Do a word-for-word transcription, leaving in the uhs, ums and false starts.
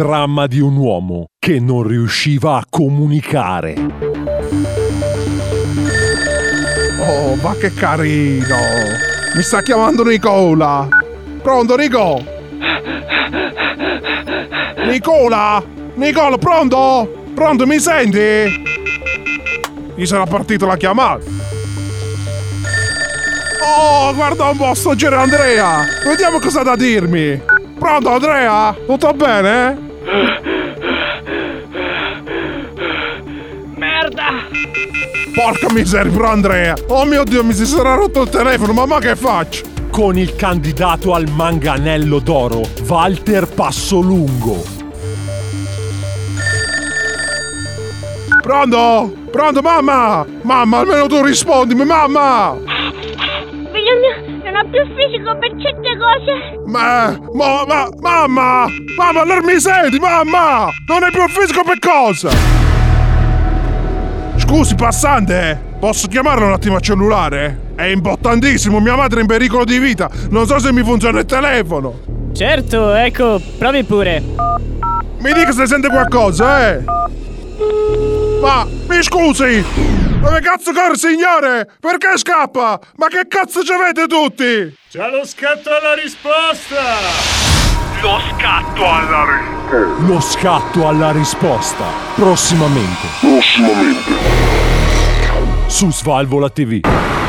dramma di un uomo che non riusciva a comunicare. Oh, ma che carino! Mi sta chiamando Nicola! Pronto, Nico? Nicola? Nicola, pronto? Pronto, mi senti? Gli sarà partita la chiamata. Oh, guarda un po', sto girando Andrea! Vediamo cosa ha da dirmi! Pronto, Andrea? Tutto bene? Merda! Porca miseria, però Andrea! Oh mio Dio, mi si sarà rotto il telefono, ma, ma che faccio? Con il candidato al manganello d'oro, Walter Passolungo. Pronto? Pronto, mamma? Mamma, almeno tu rispondimi, mamma! Figlio mio, non ho più fisico per certe cose. Ma, ma, ma, mamma! Mamma, non mi senti, mamma! Non hai più fisico per cosa? Scusi, passante, posso chiamarlo un attimo a cellulare? È importantissimo, mia madre è in pericolo di vita. Non so se mi funziona il telefono. Certo, ecco, provi pure. Mi dica se sente qualcosa, eh? Ma, mi scusi! Dove cazzo corre, signore? Perché scappa? Ma che cazzo ci avete tutti? C'è lo scatto alla risposta! Lo scatto alla risposta. Lo scatto alla risposta. Prossimamente. Prossimamente. Su Svalvola tivù.